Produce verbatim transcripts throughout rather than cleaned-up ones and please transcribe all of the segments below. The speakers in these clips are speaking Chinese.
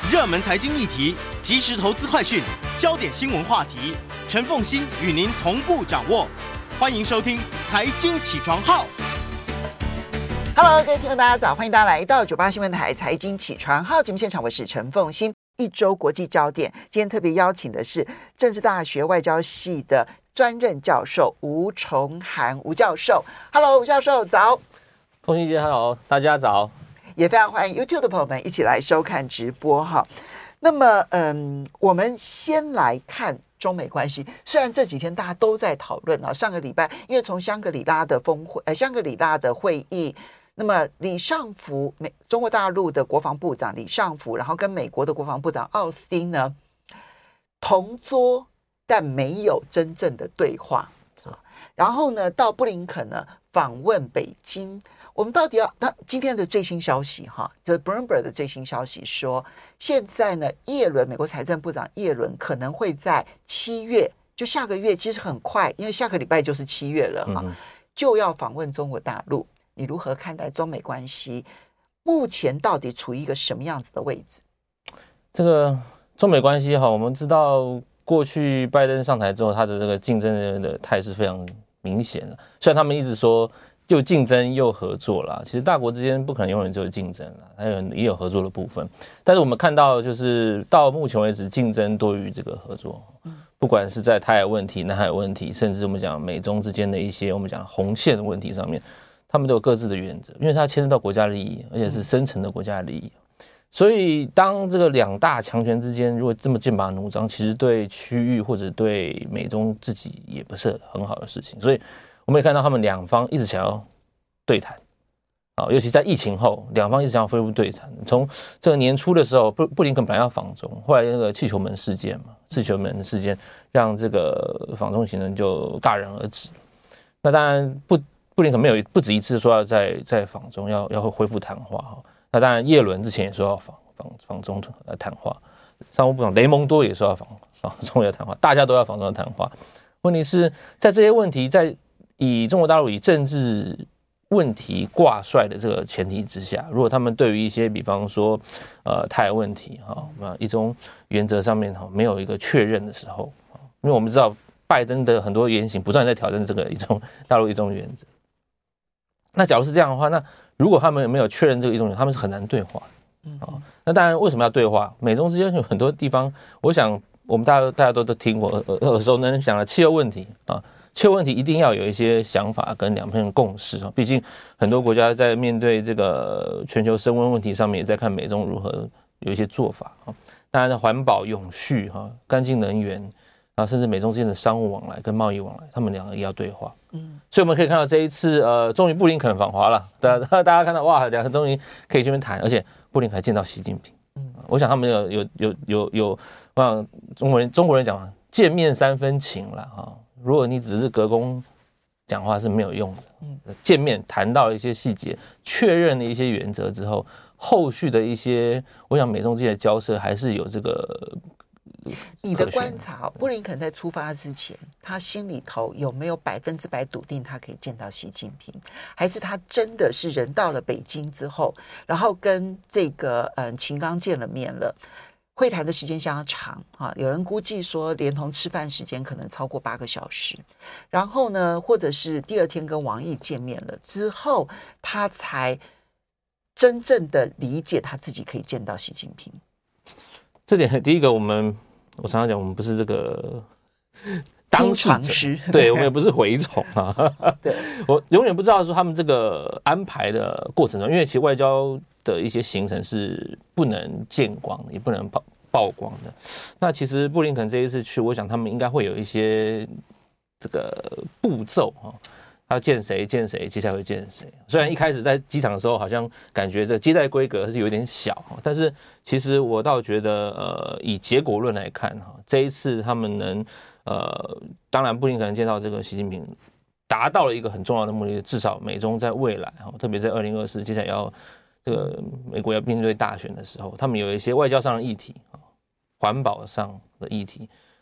热门财经议题、即时投资快讯、焦点新闻话题，陈凤馨与您同步掌握。欢迎收听《财经起床号》。 Hello， 各位听众大家早，欢迎大家来到九八新闻台财经起床号节目现场，我是陈凤馨。一周国际焦点，今天特别邀请的是政治大学外交系的专任教授吴崇涵吴教授。Hello， 吴教授早。 凤馨姐好，大家早。 也非常欢迎 YouTube 的朋友们一起来收看直播哈。那么，嗯，我们先来看中美关系。虽然这几天大家都在讨论啊，上个礼拜因为从香格里拉的峰会，呃，香格里拉的会议。那么李尚福，美中国大陆的国防部长李尚福，然后跟美国的国防部长奥斯汀呢同桌，但没有真正的对话。然后呢，到布林肯呢访问北京。我们到底要那今天的最新消息哈，就是 Bloomberg 的最新消息说，现在呢，耶伦美国财政部长耶伦可能会在七月，就下个月，其实很快，因为下个礼拜就是七月了哈，嗯、就要访问中国大陆。你如何看待中美关系？目前到底处于一个什么样子的位置？ 这个中美关系哈，我们知道过去拜登上台之后，他的这个竞争的态势非常明显了。虽然他们一直说又竞争又合作啦，其实大国之间不可能永远只有竞争啦，还有也有合作的部分。但是我们看到，就是到目前为止，竞争多于这个合作。不管是在台海问题、南海问题，甚至我们讲美中之间的一些我们讲红线问题上面。他们都有各自的原则，因为它牵涉到国家利益，而且是深层的国家利益。所以，当这个两大强权之间如果这么剑拔弩张，其实对区域或者对美中自己也不是很好的事情。所以，我们也看到他们两方一直想要对谈，啊，尤其在疫情后，两方一直想要恢复对谈。从这个年初的时候，布布林肯本来要访中，后来那个气球门事件嘛，气球门事件让这个访中行程就戛然而止。那当然不。布林肯没有不止一次说要在在访中要要恢复谈话哈，那当然耶伦之前也说要访访访中来谈话，商务部长雷蒙多也说要访访中要谈话，大家都要访中要谈话。问题是在这些问题在以中国大陆以政治问题挂帅的这个前提之下，如果他们对于一些比方说呃台海问题哈，一种原则上面哈没有一个确认的时候，因为我们知道拜登的很多言行不断在挑战这个一种大陆一中原则。那假如是这样的话，那如果他们没有确认这个一中原则，他们是很难对话。嗯、哦，那当然为什么要对话？美中之间有很多地方，我想我们大家大家都都听过，耳熟能详的气候问题啊，气候问题一定要有一些想法跟两边的共识啊。毕竟很多国家在面对这个全球升温问题上面，也在看美中如何有一些做法啊。当然，环保、永续哈、干净能源。啊，甚至美中之间的商务往来跟贸易往来，他们两个也要对话。嗯，所以我们可以看到这一次，呃，终于布林肯访华了，大家大家看到哇，两个终于可以这边谈，而且布林肯还见到习近平。嗯，我想他们有有有有有，我想中国人中国人讲见面三分情了哈。如果你只是隔空讲话是没有用的，嗯，见面谈到了一些细节，确认了一些原则之后，后续的一些，我想美中之间的交涉还是有这个。 你的观察，布林肯在出发之前，他心里头有没有百分之百笃定他可以见到习近平，还是他真的是人到了北京之后，然后跟这个嗯秦刚见了面了，会谈的时间相当长啊，有人估计说连同吃饭时间可能超过八个小时，然后呢，或者是第二天跟王毅见面了之后，他才真正的理解他自己可以见到习近平。 这点第一个我们。我常常讲，我们不是这个当事者，对我们也不是蛔虫啊。对，我永远不知道说他们这个安排的过程中，因为其实外交的一些行程是不能见光，也不能曝曝光的。那其实布林肯这一次去，我想他们应该会有一些这个步骤哈，他要见谁见谁，接下来会见谁。虽然一开始在机场的时候，好像感觉这接待规格是有点小，但是其实我倒觉得，呃，以结果论来看哈，这一次他们能，呃，当然布林肯见到这个习近平，达到了一个很重要的目的，至少美中在未来哈，特别在二零二四接下来要这个美国要面对大选的时候，他们有一些外交上的议题啊，环保上的议题。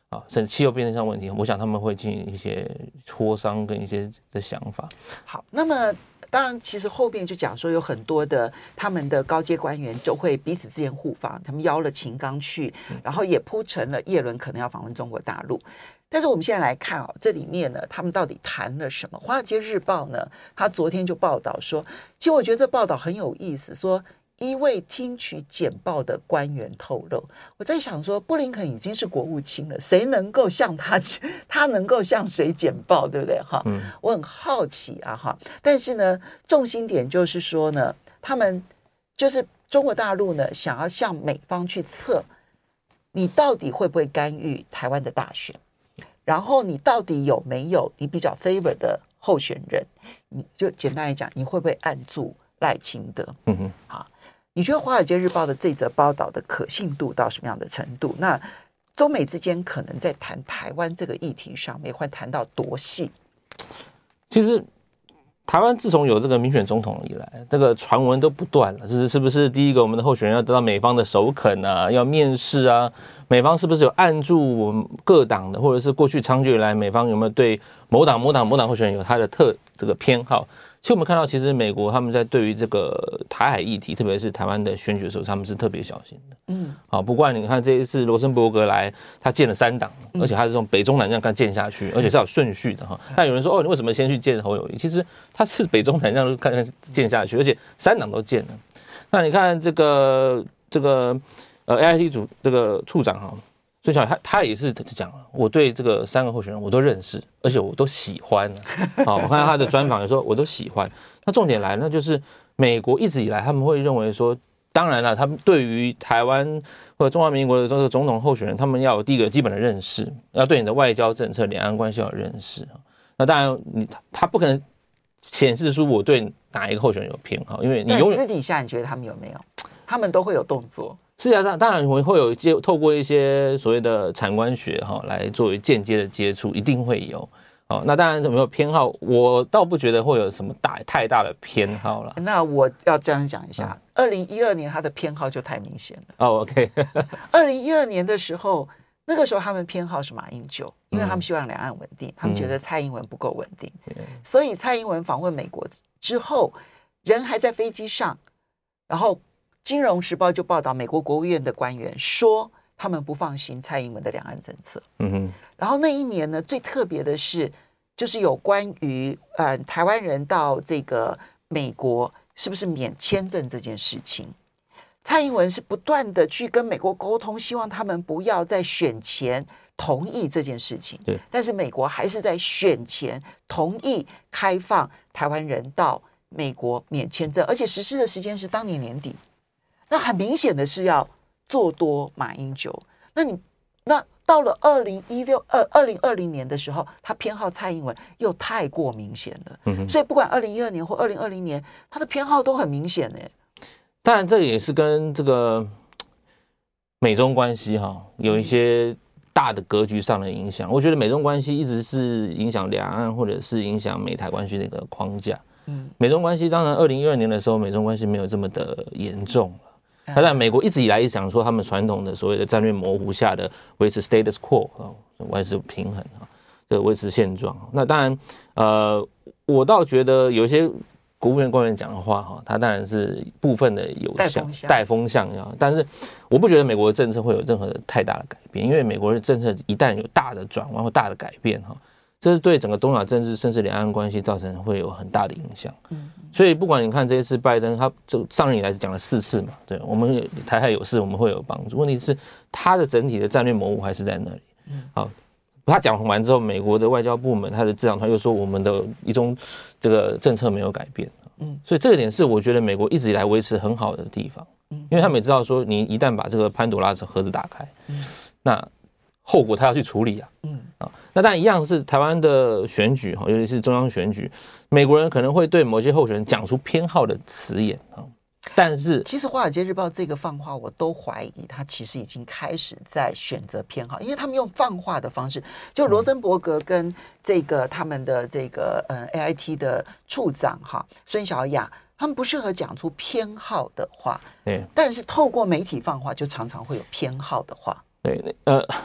啊，甚至气候变迁上问题，我想他们会进行一些磋商跟一些的想法。 好，那么当然，其实后面就讲说有很多的他们的高阶官员就会彼此之间互访，他们邀了秦刚去，然后也铺陈了叶伦可能要访问中国大陆。但是我们现在来看哦，这里面呢，他们到底谈了什么？《华尔街日报》呢，他昨天就报道说，其实我觉得这报道很有意思，说一位听取简报的官员透露，我在想说，布林肯已经是国务卿了，谁能够向他，他能够向谁简报，对不对？哈，嗯，我很好奇啊，哈。但是呢，重心点就是说呢，他们就是中国大陆呢，想要向美方去测，你到底会不会干预台湾的大选？然后你到底有没有你比较 favor 的候选人？你就简单来讲，你会不会按住赖清德？嗯哼，好，你觉得《华尔街日报》的这则报道的可信度到什么样的程度？那中美之间可能在谈台湾这个议题上面会谈到多细？ 其实台湾自从有这个民选总统以来，这个传闻都不断了，就是是不是第一个我们的候选人要得到美方的首肯啊，要面试啊？美方是不是有按住我们各党的，或者是过去长久以来美方有没有对某党某党某党候选人有他的特这个偏好？其实我们看到，其实美国他们在对于这个台海议题，特别是台湾的选举的时候，他们是特别小心的。嗯，好，不管你看这一次罗森伯格来，他建了三党，而且他是从北中南这样看建下去，而且是有顺序的哈。但有人说，哦，你为什么先去建侯友宜？其实他是北中南这样看看建下去，而且三党都建了。那你看这个这个。呃 ，A I T 组这个处长哈，孙小他他也是讲，我对这个三个候选人我都认识，而且我都喜欢。好，我看到他的专访也说我都喜欢。那重点来了，那就是美国一直以来他们会认为说，当然了，他们对于台湾或者中华民国的这个总统候选人，他们要有第一个基本的认识，要对你的外交政策、两岸关系要有认识。那当然你，他不可能显示出我对哪一个候选人有偏好，因为你永远私底下你觉得他们有没有？他们都会有动作。 事实上，当然我们会有接透过一些所谓的产官学哈来作为间接的接触，一定会有。哦，那当然有没有偏好，我倒不觉得会有什么大太大的偏好了。 那我要这样讲一下，二零一二年他的偏好就太明显了。 哦 ，OK。 二零一二年的时候，那个时候他们偏好是马英九，因为他们希望两岸稳定，嗯、他们觉得蔡英文不够稳定，嗯、所以蔡英文访问美国之后，人还在飞机上，然后。金融时报就报道，美国国务院的官员说，他们不放心蔡英文的两岸政策。嗯哼。然后那一年呢，最特别的是，就是有关于呃台湾人到这个美国是不是免签证这件事情，蔡英文是不断的去跟美国沟通，希望他们不要在选前同意这件事情。 对。 但是美国还是在选前同意开放台湾人到美国免签证，而且实施的时间是当年年底。那很明显的是要做多马英九，那你那到了二零一六二二零二零年的时候，他偏好蔡英文又太过明显了，嗯、所以不管二零一二年或二零二零年，他的偏好都很明显哎。 当然，这也是跟这个美中关系哈有一些大的格局上的影响。我觉得美中关系一直是影响两岸或者是影响美台关系的一个框架。嗯，美中关系当然二零一二年的时候，美中关系没有这么的严重。当然，美国一直以来也想说，他们传统的所谓的战略模糊下的维持 status quo 啊，维持平衡啊，这维持现状。那当然，呃，我倒觉得有一些国务院官员讲的话哈，他当然是部分的有像带风向啊，但是我不觉得美国的政策会有任何的太大的改变，因为美国的政策一旦有大的转弯或大的改变哈，这是对整个东亚政治甚至两岸关系造成会有很大的影响。嗯。所以不管你看这一次拜登，他就上任以来讲了四次嘛，对我们台海有事我们会有帮助。问题是他的整体的战略模糊还是在那里。好，他讲完之后，美国的外交部门他的智囊团又说我们的一中这个政策没有改变。嗯，所以这一点是我觉得美国一直以来维持很好的地方，因为他们也知道说你一旦把这个潘多拉盒子打开，那后果他要去处理啊。嗯啊，那当然一样是台湾的选举哈，尤其是中央选举，美国人可能会对某些候选人讲出偏好的词眼啊。但是其实《华尔街日报》这个放话，我都怀疑他其实已经开始在选择偏好，因为他们用放话的方式，就罗森伯格跟这个他们的这个呃 A I T 的处长哈孙小雅，他们不适合讲出偏好的话，对，但是透过媒体放话，就常常会有偏好的话。 对，呃。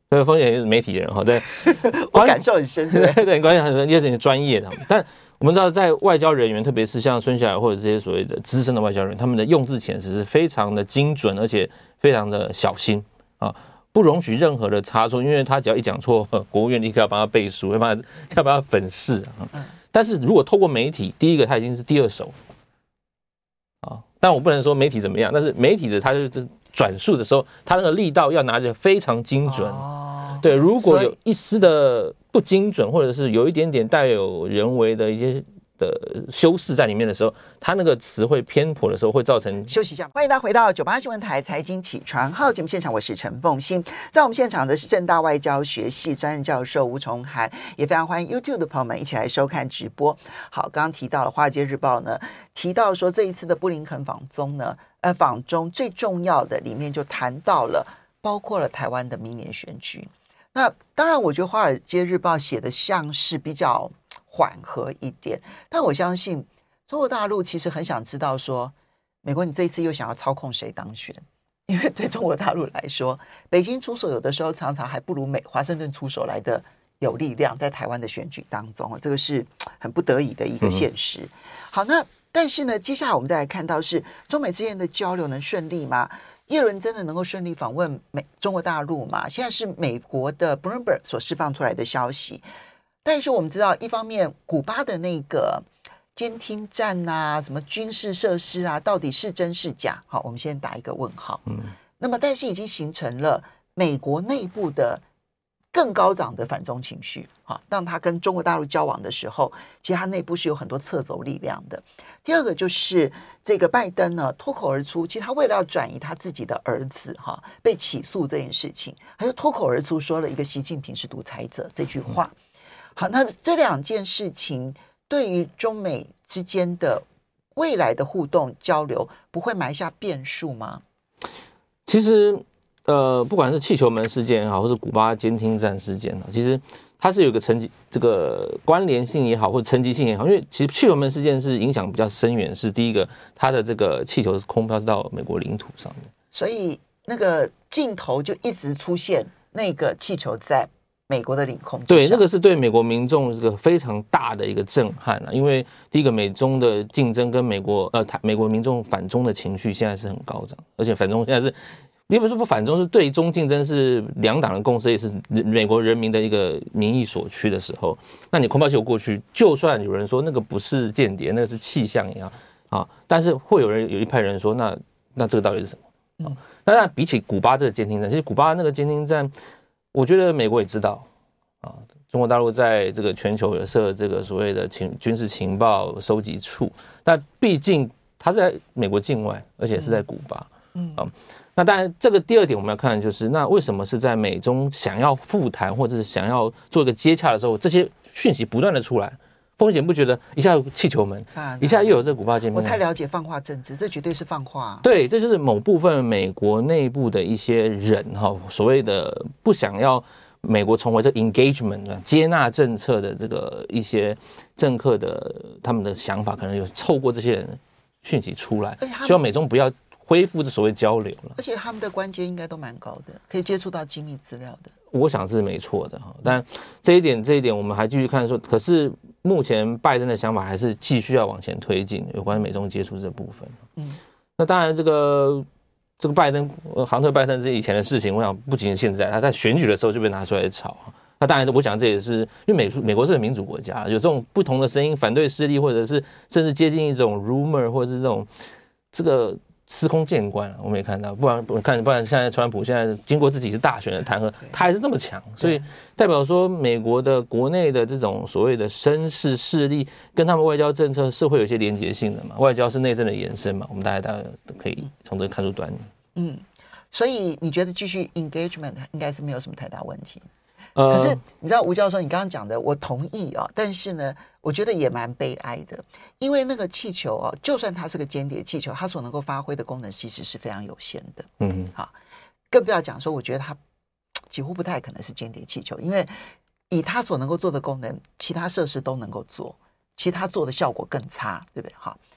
对，风险也是媒体人哈，对， 我感受很深，对对对，关系很深，也是你专业的。但我们知道，在外交人员，特别是像孙小雅或者这些所谓的资深的外交人员，他们的用字遣词是非常的精准，而且非常的小心啊，不容许任何的差错，因为他只要一讲错，国务院立刻要帮他背书，要帮他要帮他粉饰啊。但是如果透过媒体，第一个他已经是第二手啊，但我不能说媒体怎么样，但是媒体的他就是转述的时候，他那个力道要拿得非常精准。哦，对，如果有一丝的不精准，或者是有一点点带有人为的一些的修饰在里面的时候，他那个词汇偏颇的时候，会造成。 休息一下，欢迎大家回到九八新闻台财经起床号节目现场，我是陈凤馨，在我们现场的是政大外交学系专任教授吴崇涵，也非常欢迎 YouTube 的朋友们一起来收看直播。好，刚刚提到了《华尔街日报》呢，提到说这一次的布林肯访中呢，呃，访中最重要的里面就谈到了，包括了台湾的明年选举。那当然，我觉得《华尔街日报》写的像是比较缓和一点，但我相信中国大陆其实很想知道说，美国你这一次又想要操控谁当选？因为对中国大陆来说，北京出手有的时候常常还不如美华盛顿出手来的有力量，在台湾的选举当中，这个是很不得已的一个现实。嗯、好，那但是呢，接下来我们再来看到是中美之间的交流能顺利吗？叶伦真的能够顺利访问美中国大陆吗？现在是美国的 Bloomberg 所释放出来的消息，但是我们知道，一方面古巴的那个监听站啊，什么军事设施啊，到底是真是假？好，我们先打一个问号。嗯，那么但是已经形成了美国内部的更高涨的反中情绪，好，让他跟中国大陆交往的时候，其实他内部是有很多侧走力量的。第二个就是这个拜登呢脱口而出，其实他为了要转移他自己的儿子哈被起诉这件事情，他就脱口而出说了一个习近平是独裁者这句话。好，那这两件事情对于中美之间的未来的互动交流不会埋下变数吗？ 其实呃，不管是气球门事件也好，或是古巴监听站事件，其实它是有个层级这个关联性也好，或者层级性也好。因为其实气球门事件是影响比较深远，是第一个，它的这个气球是空飘到美国领土上面， 所以那个镜头就一直出现那个气球在美国的领空之上。 对，那个是对美国民众这个非常大的一个震撼啊！因为第一个，美中的竞争跟美国呃美国民众反中的情绪现在是很高涨，而且反中现在是。你不是不反中，是对中竞争是两党的共识，也是美国人民的一个民意所趋的时候，那你空飘气球过去，就算有人说那个不是间谍，那个是气象一样啊，但是会有人有一派人说，那那这个到底是什么？啊，那比起古巴这个监听站，其实古巴那个监听站，我觉得美国也知道啊，中国大陆在这个全球有设这个所谓的情军事情报收集处，但毕竟它是在美国境外，而且是在古巴，嗯啊。那当然，这个第二点我们要看的就是，那为什么是在美中想要复谈或者是想要做一个接洽的时候，这些讯息不断的出来？风姐不觉得一下有气球门，一下又有这个古巴见面？ 我太了解放话政治，这绝对是放话。 对，这就是某部分美国内部的一些人哈，所谓的不想要美国重回这个 engagement 接纳政策的这个一些政客的他们的想法，可能有透过这些人讯息出来，希望美中不要恢复这所谓交流了， 而且他们的关节应该都蛮高的，可以接触到机密资料的。 我想是没错的哈，但这一点这一点我们还继续看说，可是目前拜登的想法还是继续要往前推进有关美中接触这部分。嗯，那当然这个这个拜登，杭特拜登是以前的事情，我想不仅是现在，他在选举的时候就被拿出来炒。那当然，我想这也是因为美美国是个民主国家，有这种不同的声音，反对势力，或者是甚至接近一种 rumor， 或者是这种这个。司空见惯，我们也看到，不然我看，不然现在川普现在经过自己是大选的弹劾，他还是这么强，所以代表说美国的国内的这种所谓的绅士势力跟他们外交政策是会有一些连结性的嘛，外交是内政的延伸嘛，我们大家大家可以从这看出端倪。嗯， 所以你觉得继续 engagement 应该是没有什么太大问题？可是你知道吴教授，你刚刚讲的我同意啊，但是呢，我觉得也蛮悲哀的，因为那个气球啊，就算它是个间谍气球，它所能够发挥的功能其实是非常有限的。嗯，好，更不要讲说，我觉得它几乎不太可能是间谍气球，因为以它所能够做的功能，其他设施都能够做，其他做的效果更差，对不对？好，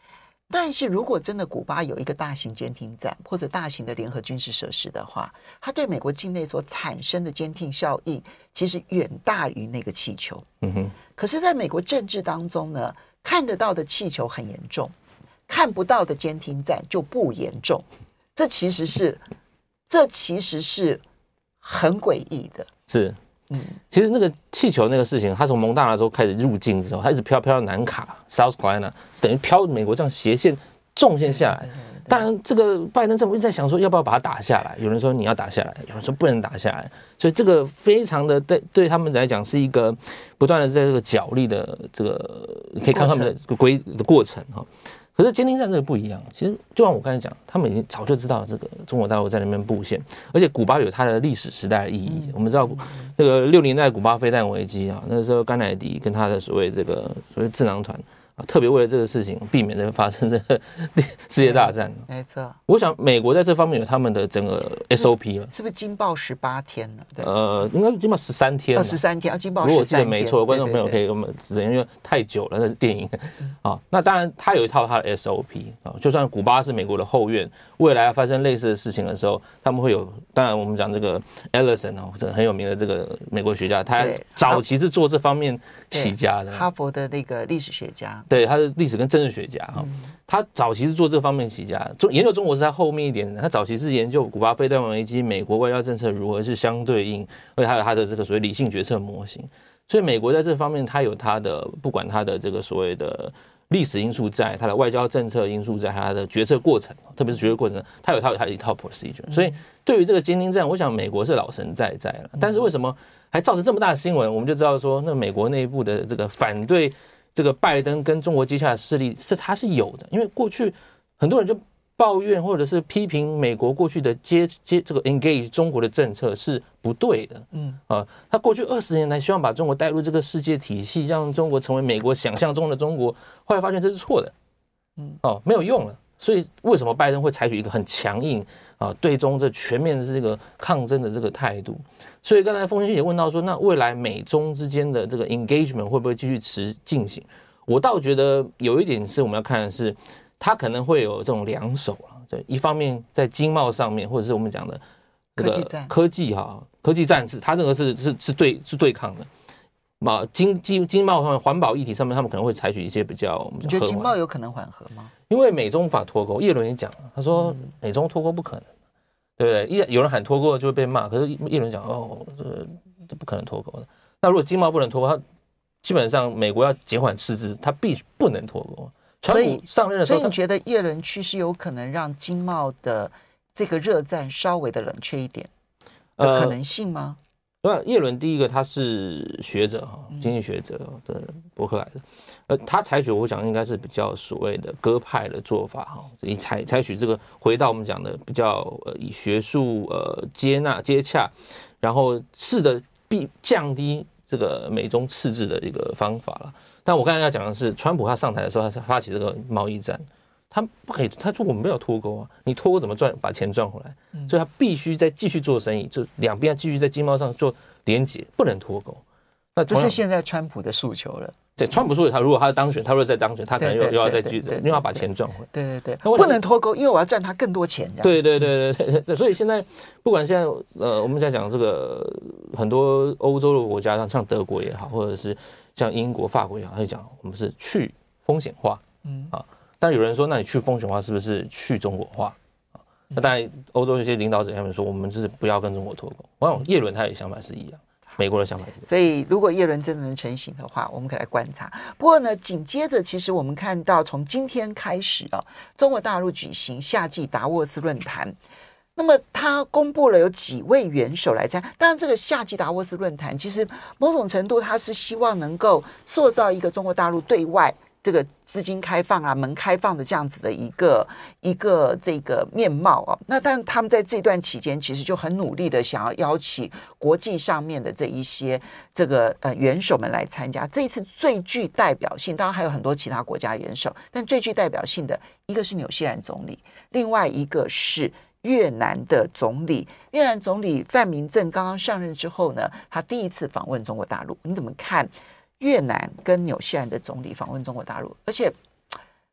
但是如果真的古巴有一个大型监听站或者大型的联合军事设施的话，它对美国境内所产生的监听效应其实远大于那个气球。 嗯哼。 可是在美国政治当中呢，看得到的气球很严重，看不到的监听站就不严重，这其实是这其实是很诡异的。 是，嗯，其实那个气球那个事情，它从蒙大拿州开始入境之后，它一直飘飘到南卡 South Carolina， 等于飘美国这样斜线纵线下来。当然，这个拜登政府一直在想说，要不要把它打下来？有人说你要打下来，有人说不能打下来，所以这个非常的对对他们来讲是一个不断的在这个角力的这个，可以看他们的规的过程哈。可是监听站这个不一样，其实就像我刚才讲，他们已经早就知道这个中国大陆在那边布线，而且古巴有它的历史时代的意义。嗯、我们知道那个六零年代古巴飞弹危机啊，那时候甘乃迪跟他的所谓这个所谓智囊团。特别为了这个事情，避免的发生这个世界大战。 没错， 我想美国在这方面有他们的整个 S O P 了。 是不是惊爆十八天呢？对， 呃，应该是惊爆十三天。 十三天啊，惊爆。 如果我记得没错，观众朋友可以给我们指正，因为太久了，那是电影啊。那当然，他有一套他的 S O P 啊。就算古巴是美国的后院，未来发生类似的事情的时候，他们会有。当然，我们讲这个 Ellison 啊，很有名的这个美国学家，他早期是做这方面起家的， 哈佛的那个历史学家。 对，他是历史跟政治学家哈，他早期是做这方面起家，研究中国是他后面一点的。他早期是研究古巴飞弹危机，美国外交政策如何是相对应，而且还有他的这个所谓理性决策模型。所以美国在这方面，他有他的不管他的这个所谓的历史因素在，他的外交政策因素在，他的决策过程，特别是决策过程，他有他有他一套 procedure。所以对于这个监听站，我想美国是老神在在了。但是为什么还造成这么大的新闻？我们就知道说，那美国内部的这个反对。这个拜登跟中国接洽的势力是他是有的，因为过去很多人就抱怨或者是批评美国过去的接接这个 engage 中国的政策是不对的，嗯啊，他过去二十年来希望把中国带入这个世界体系，让中国成为美国想象中的中国，后来发现这是错的，嗯哦没有用了，所以为什么拜登会采取一个很强硬啊对中这全面的这个抗争的这个态度？所以刚才凤仙姐问到说，那未来美中之间的这个 engagement 会不会继续持进行？我倒觉得有一点是我们要看的是，它可能会有这种两手了。对，一方面在经贸上面，或者是我们讲的这个科技哈，科技战是它这个是是是对是对抗的。嘛，经经经贸上面、环保议题上面，他们可能会采取一些比较。我们你觉得经贸有可能缓和吗？ 因为美中无法脱钩，叶伦也讲了，他说美中脱钩不可能。对不对？有人喊脱钩就会被骂，可是叶伦讲哦，这这不可能脱钩的。那如果经贸不能脱钩，他基本上美国要减缓赤字，他必须不能脱钩。川普上任的时候， 所以你觉得叶伦去是有可能让经贸的这个热战稍微的冷却一点的可能性吗？ 呃，叶伦第一个他是学者哈，经济学者的伯克莱的，呃，他采取我想应该是比较所谓的鸽派的做法哈，以采采取这个回到我们讲的比较呃以学术呃接纳接洽，然后试着避降低这个美中赤字的一个方法了。但我刚才要讲的是，川普他上台的时候，他发起这个贸易战。他不可以，他说我们没有脱钩啊，你脱钩怎么赚把钱赚回来？嗯、所以他必须再继续做生意，就两边要继续在经贸上做连结，不能脱钩。 那这是现在川普的诉求了。 对，川普说他如果他当选，他如果再当选，他可能又又要再继续，因为要把钱赚回来。 对对对，不能脱钩，因为我要赚他更多钱。 对对对对对对，所以现在不管现在呃我们在讲这个很多欧洲的国家，像像德国也好，或者是像英国、法国也好，他就讲我们是去风险化，嗯啊。但有人说，那你去风险化是不是去中国化？那当然，欧洲一些领导者他们说，我们就是不要跟中国脱钩。我想叶伦他的想法是一样，美国的想法是一样。 所以，如果叶伦真的能成型的话，我们可以来观察。不过呢，紧接着，其实我们看到从今天开始啊，中国大陆举行夏季达沃斯论坛。那么，他公布了有几位元首来参加。当然，这个夏季达沃斯论坛，其实某种程度，他是希望能够塑造一个中国大陆对外。这个资金开放啊，门开放的这样子的一个一个这个面貌啊，那但他们在这段期间其实就很努力的想要邀请国际上面的这一些这个呃元首们来参加。这一次最具代表性，当然还有很多其他国家元首，但最具代表性的一个是纽西兰总理，另外一个是越南的总理。越南总理范明政刚刚上任之后呢，他第一次访问中国大陆，你怎么看？越南跟纽西兰的总理访问中国大陆，而且我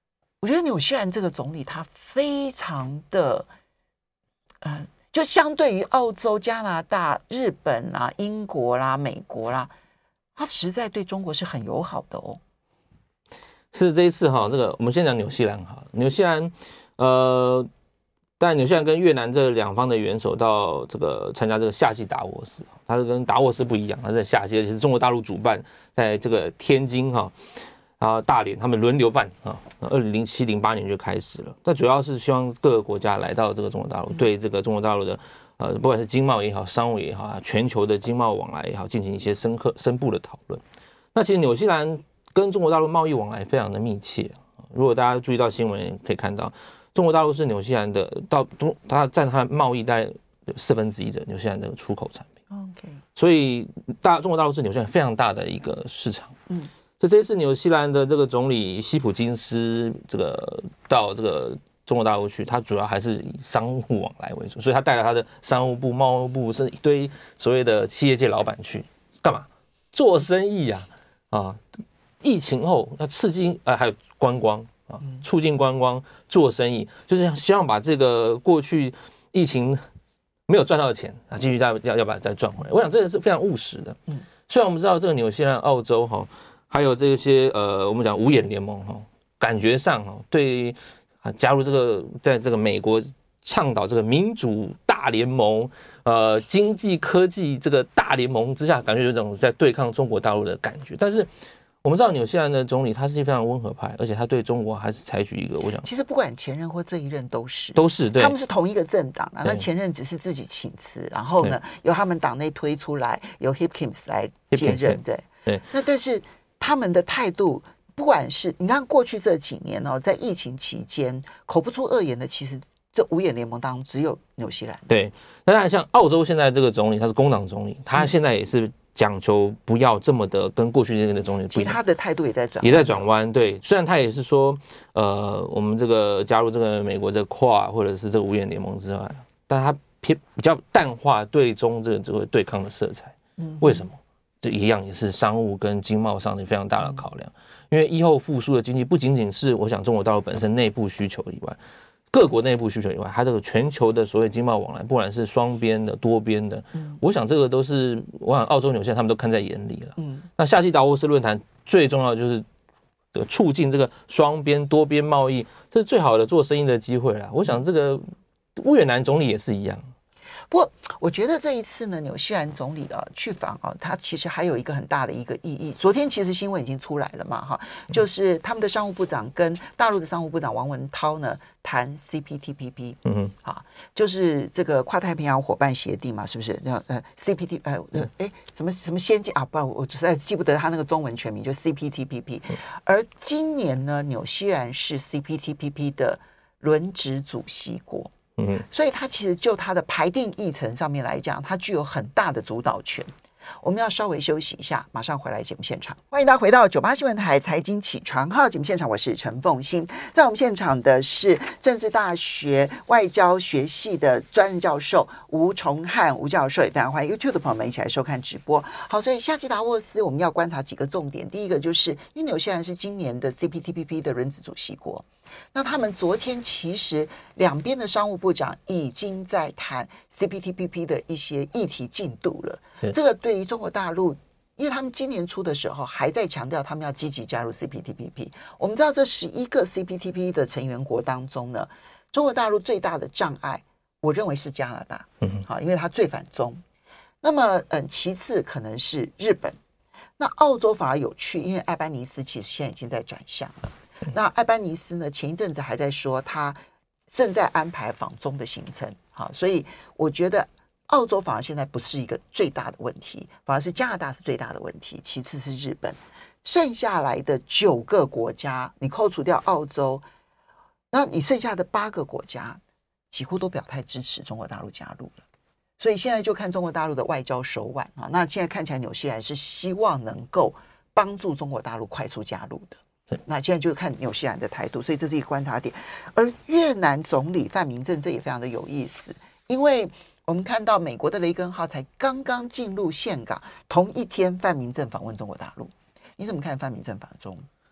我觉得纽西兰这个总理他非常的，呃，就相对于澳洲、加拿大、日本啦、英国啦、美国啦，他实在对中国是很友好的哦。 是这一次哈，这个我们先讲纽西兰好了。纽西兰，呃，但纽西兰跟越南这两方的元首到这个参加这个夏季达沃斯，它是跟达沃斯不一样，它是在夏季，而且是中国大陆主办，在这个天津哈。啊，大连他们轮流办啊，二零零七零八年就开始了。但主要是希望各个国家来到这个中国大陆，对这个中国大陆的呃，不管是经贸也好，商务也好啊，全球的经贸往来也好，进行一些深刻深步的讨论。那其实纽西兰跟中国大陆贸易往来非常的密切。如果大家注意到新闻，可以看到中国大陆是纽西兰的到中，它占它的贸易大概有四分之一的纽西兰的出口产品。 OK， 所以大中国大陆是纽西兰非常大的一个市场。 嗯。 所以这一次纽西兰的这个总理希普金斯这个到这个中国大陆去，他主要还是以商务往来为主，所以他带了他的商务部、贸易部，是一堆所谓的企业界老板去干嘛？做生意啊！啊，疫情后要刺激呃，还有观光啊，促进观光、做生意，就是希望把这个过去疫情没有赚到的钱啊，继续再要要把它再赚回来。我想这个是非常务实的。嗯，虽然我们知道这个纽西兰、澳洲哈。还有这些呃，我们讲五眼联盟哈，感觉上哈，对啊加入这个在这个美国倡导这个民主大联盟，呃，经济科技这个大联盟之下，感觉有种在对抗中国大陆的感觉。但是我们知道纽西兰的总理他是非常温和派，而且他对中国还是采取一个，我想其实不管前任或这一任都是都是对， 他们是同一个政党啊。那前任只是自己请辞，然后呢由他们党内推出来，由 Hipkins 来接任，对对。 那但是。他们的态度，不管是你看过去这几年哦，在疫情期间口不出恶言的，其实这五眼联盟当中只有纽西兰。 对，那当然像澳洲现在这个总理，他是工党总理，他现在也是讲求不要这么的跟过去这个的总理不一样， 其他的态度也在转， 也在转弯。对，虽然他也是说，呃，我们这个加入这个美国这个跨或者是这个五眼联盟之外，但他偏比较淡化对中这个这个对抗的色彩。嗯，为什么？这一样也是商务跟经贸上的非常大的考量，因为疫后复苏的经济不仅仅是我想中国大陆本身内部需求以外，各国内部需求以外，它这个全球的所谓经贸往来，不管是双边的、多边的，嗯，我想这个都是我想澳洲、纽西兰他们都看在眼里了。嗯，那夏季达沃斯论坛最重要的就是促进这个双边、多边贸易，这是最好的做生意的机会了。我想这个越南总理也是一样。 不过，我觉得这一次呢，纽西兰总理啊去访啊，他其实还有一个很大的一个意义。昨天其实新闻已经出来了嘛，哈，就是他们的商务部长跟大陆的商务部长王文涛呢谈 C P T P P， 嗯啊，就是这个跨太平洋伙伴协定嘛，是不是？那呃 C P T 呃呃哎什么什么先进啊？不，我实在记不得他那个中文全名，就 C P T P P。而今年呢，纽西兰是 C P T P P 的轮值主席国。嗯，所以它其实就它的排定议程上面来讲，它具有很大的主导权。我们要稍微休息一下，马上回来节目现场。欢迎大家回到九八新闻台财经起床号节目现场，我是陈凤馨。在我们现场的是政治大学外交学系的专任教授吴崇汉吴教授，也非常欢迎 YouTube 的朋友们一起来收看直播。好，所以夏季达沃斯我们要观察几个重点。第一个就是因为纽西兰是今年的 C P T P P 的轮值主席国，那他们昨天其实两边的商务部长已经在谈 C P T P P 的一些议题进度了。这个对于中国大陆，因为他们今年初的时候还在强调他们要积极加入 C P T P P。我们知道这十一个 C P T P P 的成员国当中呢，中国大陆最大的障碍，我认为是加拿大，嗯，好，因为它最反中。那么，嗯，其次可能是日本。那澳洲反而有趣，因为艾班尼斯其实现在已经在转向了。那艾班尼斯呢，前一阵子还在说他正在安排访中的行程，好，所以我觉得澳洲反而现在不是一个最大的问题，反而是加拿大是最大的问题，其次是日本，剩下来的九个国家，你扣除掉澳洲，那你剩下的八个国家几乎都表态支持中国大陆加入了。所以现在就看中国大陆的外交手腕啊，那现在看起来纽西兰是希望能够帮助中国大陆快速加入的。那现在就看纽西兰的态度，所以这是一个观察点。而越南总理范明政这也非常的有意思，因为我们看到美国的雷根号才刚刚进入岘港，同一天范明政访问中国大陆，你怎么看范明政访中？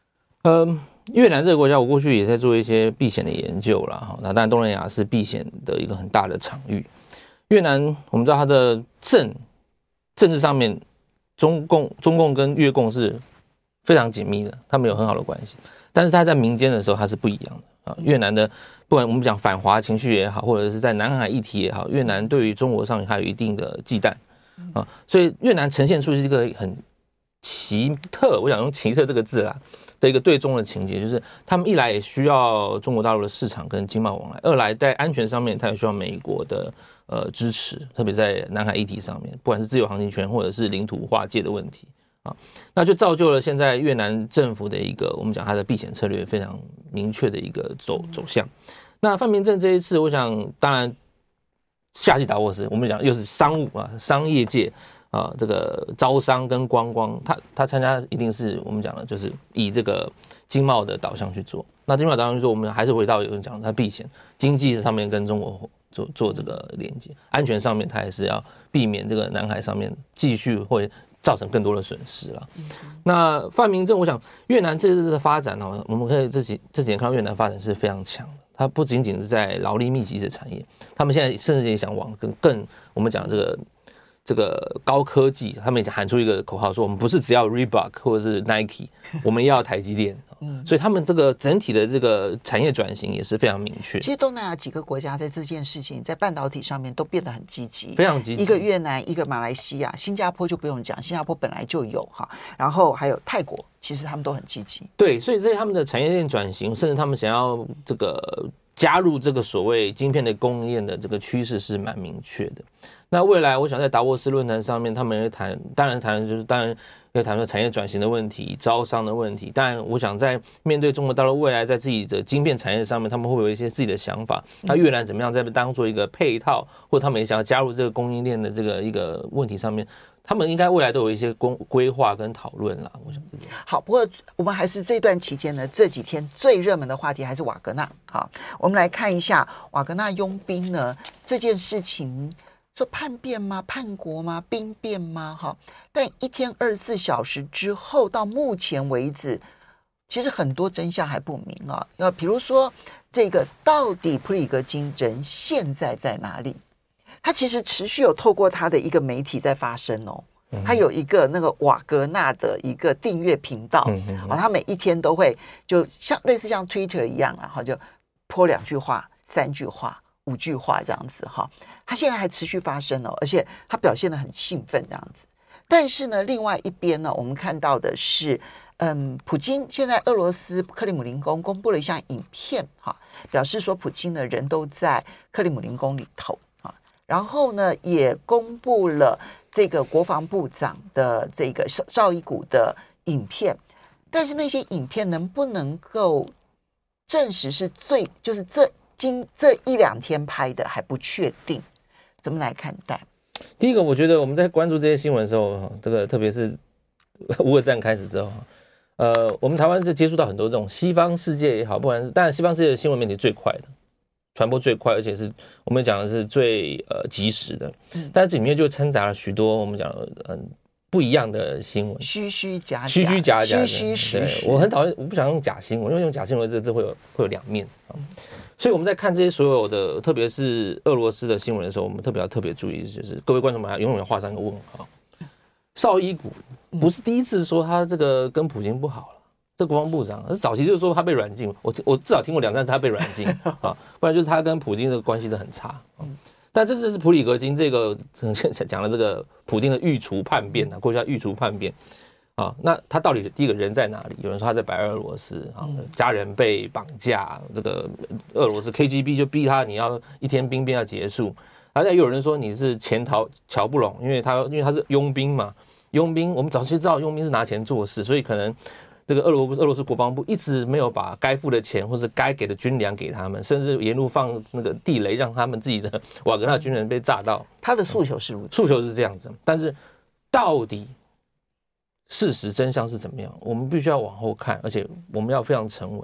呃，越南这个国家，我过去也在做一些避险的研究啦。那当然，东南亚是避险的一个很大的场域。越南，我们知道它的政政治上面，中共中共跟越共是非常紧密的，他们有很好的关系。但是它在民间的时候，它是不一样的啊。越南的，不管我们讲反华情绪也好，或者是在南海议题也好，越南对于中国上还有一定的忌惮啊，所以越南呈现出是一个很奇特，我想用奇特这个字啦的一个对中的情节，就是他们一来也需要中国大陆的市场跟经贸往来，二来在安全上面，它也需要美国的呃支持，特别在南海议题上面，不管是自由航行权或者是领土划界的问题啊，那就造就了现在越南政府的一个我们讲它的避险策略非常明确的一个走走向。那范明正这一次，我想当然夏季达沃斯，我们讲又是商务啊，商业界。啊，这个招商跟观光，他他参加一定是我们讲的，就是以这个经贸的导向去做。那经贸导向去做，我们还是回到有人讲它避险，经济上面跟中国做做这个连接，安全上面它还是要避免这个南海上面继续会造成更多的损失了。嗯、那范明正，我想越南这次的发展呢，我们可以这几这几年看到越南发展是非常强的。它不仅仅是在劳力密集的产业，他们现在甚至也想往更更我们讲这个。这个高科技，他们也喊出一个口号说，我们不是只要 Reebok 或者是 Nike， 我们也要台积电。嗯，所以他们这个整体的这个产业转型也是非常明确。 其实东南亚几个国家在这件事情，在半导体上面都变得很积极， 非常积极。 一个越南，一个马来西亚，新加坡就不用讲，新加坡本来就有哈，然后还有泰国，其实他们都很积极。 对，所以这他们的产业链转型，甚至他们想要这个加入这个所谓晶片的供应链的这个趋势是蛮明确的。那未来，我想在达沃斯论坛上面，他们会谈，当然谈就是当然会谈论产业转型的问题、招商的问题。当然，我想在面对中国大陆未来在自己的晶片产业上面，他们会有一些自己的想法。那越南怎么样在当做一个配套，或者他们也想要加入这个供应链的这个一个问题上面，他们应该未来都有一些规划跟讨论啦。我想好，不过我们还是这段期间呢，这几天最热门的话题还是瓦格纳。好，我们来看一下瓦格纳佣兵呢这件事情。说叛变吗？叛国吗？兵变吗？哈！但一天二十四小时之后，到目前为止，其实很多真相还不明啊。要比如说，这个到底普里格金人现在在哪里？他其实持续有透过他的一个媒体在发声哦。他有一个那个瓦格纳的一个订阅频道，啊，他每一天都会就像类似像 Twitter 一样啊，哈，就泼两句话、三句话、五句话这样子哈。他现在还持续发生哦，而且他表现得很兴奋这样子。但是呢，另外一边呢，我们看到的是，嗯，普京现在俄罗斯克里姆林宫公布了一项影片哈，表示说普京的人都在克里姆林宫里头啊。然后呢，也公布了这个国防部长的这个绍伊古的影片，但是那些影片能不能够证实是最就是这今这一两天拍的还不确定。怎么来看待？ 第一个，我觉得我们在关注这些新闻的时候，这个特别是乌俄战开始之后，呃，我们台湾就接触到很多这种西方世界也好，不管是当然西方世界的新闻媒体最快的，传播最快，而且是我们讲的是最呃及时的，但是这里面就掺杂了许多我们讲的嗯不一样的新闻， 虚虚假假， 虚虚假假的， 虚虚实实。 对，我很讨厌，我不想用假新闻，因为用假新闻这这会有会有两面啊。所以我们在看这些所有的，特别是俄罗斯的新闻的时候，我们特别要特别注意，就是各位观众们永远要画上一个问号。绍伊古不是第一次说他这个跟普京不好了，这国防部长早期就是说他被软禁，我我至少听过两三次他被软禁啊，不然就是他跟普京的关系都很差。但这次是普里格金这个讲了这个普丁的御厨叛变啊，过去叫御厨叛变。啊，那他到底第一个人在哪里？有人说他在白俄罗斯啊，家人被绑架，这个俄罗斯 K G B 就逼他你要一天兵变要结束，而且有人说你是潜逃乔布隆，因为他因为他是佣兵嘛，佣兵我们早就知道佣兵是拿钱做事，所以可能这个俄罗俄罗斯国防部一直没有把该付的钱或者该给的军粮给他们，甚至沿路放那个地雷，让他们自己的瓦格纳军人被炸到。 他的诉求是如此， 诉求是这样子，但是到底事实真相是怎么样？我们必须要往后看，而且我们要非常沉稳。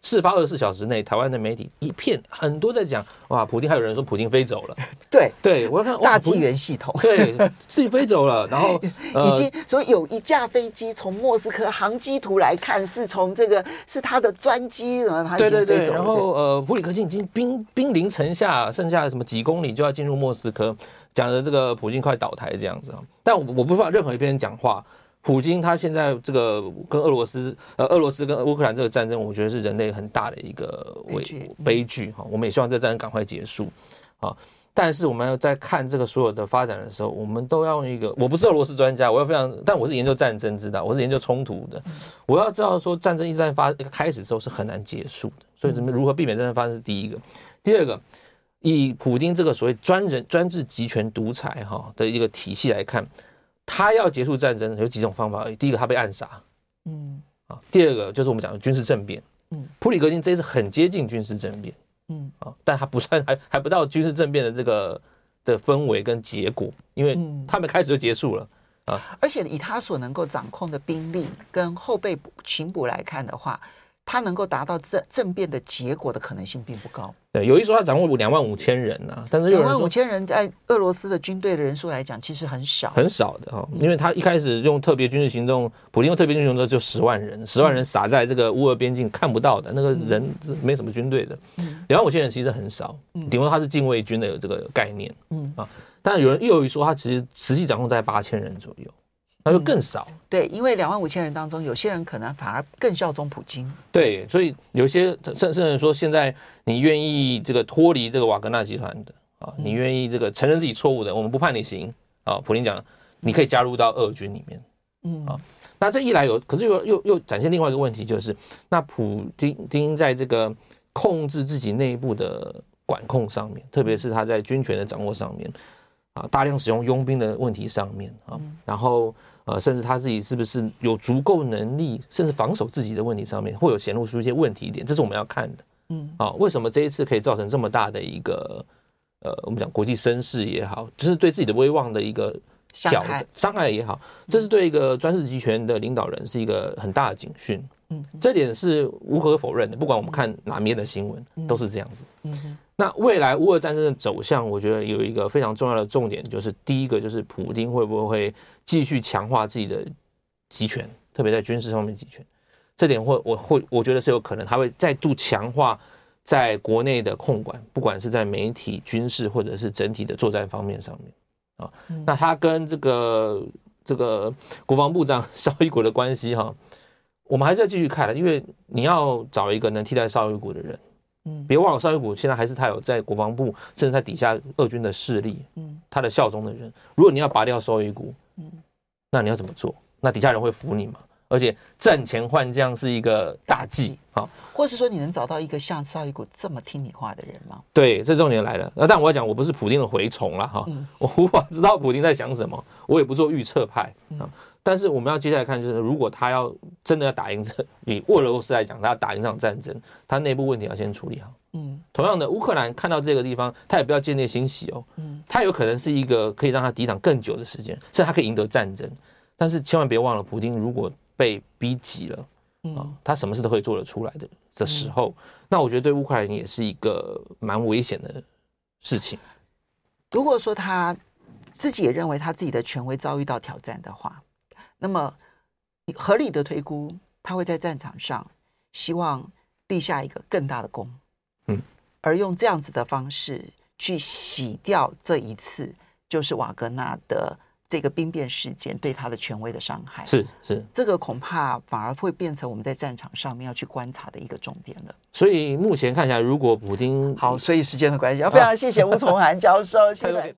事发二十四小时内，台湾的媒体一片很多在讲，哇，普丁还有人说普丁飞走了， 对对，我要看大纪元系统， 对，自己飞走了，然后、 呃、已经说有一架飞机从莫斯科航机图来看，是从这个是他的专机，然后他已经飞走了。对对对， 然后呃，普里克金已经兵兵临城下，剩下什么几公里就要进入莫斯科，讲的这个普京快倒台这样子。但我我不怕任何一边讲话。普京他现在这个跟俄罗斯呃俄罗斯跟乌克兰这个战争，我觉得是人类很大的一个悲剧悲剧哈。我们也希望这个战争赶快结束啊。但是我们要在看这个所有的发展的时候，我们都要用一个，我不是俄罗斯专家，我要非常，但我是研究战争知道，我是研究冲突的，我要知道说战争一旦发开始之后是很难结束的，所以如何避免战争发生是第一个。第二个，以普丁这个所谓专人专制集权独裁哈的一个体系来看。他要结束战争有几种方法而已。第一个，他被暗杀，嗯，啊，第二个就是我们讲的军事政变，嗯，普里格金这一次很接近军事政变，嗯，啊，但他不算还还不到军事政变的这个的氛围跟结果，因为他们开始就结束了啊。 而且以他所能够掌控的兵力跟后备勤补来看的话，他能够达到政政变的结果的可能性并不高。 对，有一说他掌握两万五千人啊，但是有人说两万五千人在俄罗斯的军队的人数来讲，其实很少， 很少的哈、哦。因为他一开始用特别军事行动，普丁用特别军事行动就十万人，十万人撒在这个乌俄边境看不到的那个人没什么军队的，两万五千人其实很少，顶多他是禁卫军的这个概念，嗯啊。但有人又有一说，他其实实际掌控在八千人左右。那就更少、嗯， 对，因为两万五千人当中，有些人可能反而更效忠普京。 对，所以有些甚至说，现在你愿意这个脱离这个瓦格纳集团的啊，你愿意这个承认自己错误的，我们不判你刑啊。普丁讲，你可以加入到俄军里面，嗯啊。那这一来有，可是又又又展现另外一个问题，就是那普丁在这个控制自己内部的管控上面，特别是他在军权的掌握上面啊，大量使用佣兵的问题上面啊，然后。呃，甚至他自己是不是有足够能力，甚至防守自己的问题上面，会有显露出一些问题点，这是我们要看的。嗯，啊，为什么这一次可以造成这么大的一个，呃，我们讲国际声势也好，就是对自己的威望的一个挑战伤害也好，这是对一个专制集权的领导人是一个很大的警讯。嗯，这点是无可否认的，不管我们看哪面的新闻，都是这样子。嗯，那未来乌俄战争的走向，我觉得有一个非常重要的重点，就是第一个就是普丁会不会继续强化自己的集权，特别在军事方面集权，这点会我会我觉得是有可能，他会再度强化在国内的控管，不管是在媒体、军事或者是整体的作战方面上面啊。那他跟这个这个国防部长绍伊古的关系哈，我们还是要继续看的，因为你要找一个能替代绍伊古的人。嗯，别忘了绍伊古现在还是他有在国防部，甚至在底下俄军的势力，嗯，他的效忠的人。如果你要拔掉绍伊古，嗯，那你要怎么做？那底下人会服你吗？而且战前换将是一个大忌啊， 或是说你能找到一个像绍伊古这么听你话的人吗？ 对，这重点来了。但我要讲，我不是普丁的蛔虫啦哈，嗯、我无法知道普丁在想什么，我也不做预测派啊。嗯，但是我们要接下来看，就是如果他要真的要打赢这，以俄罗斯来讲，他要打赢这场战争，他内部问题要先处理好。嗯，同样的，乌克兰看到这个地方，他也不要建立欣喜哦。嗯，他有可能是一个可以让他抵挡更久的时间，甚至他可以赢得战争。但是千万别忘了，普丁如果被逼急了，啊，他什么事都可以做得出来的的时候，嗯、那我觉得对乌克兰也是一个蛮危险的事情。 如果说他自己也认为他自己的权威遭遇到挑战的话，那么合理的推估，他会在战场上希望立下一个更大的功，嗯，而用这样子的方式去洗掉这一次就是瓦格纳的这个兵变事件对他的权威的伤害。 是是， 这个恐怕反而会变成我们在战场上面要去观察的一个重点了。 所以目前看起来，如果普丁好，所以时间的关系，要非常谢谢吴崇涵教授，谢谢。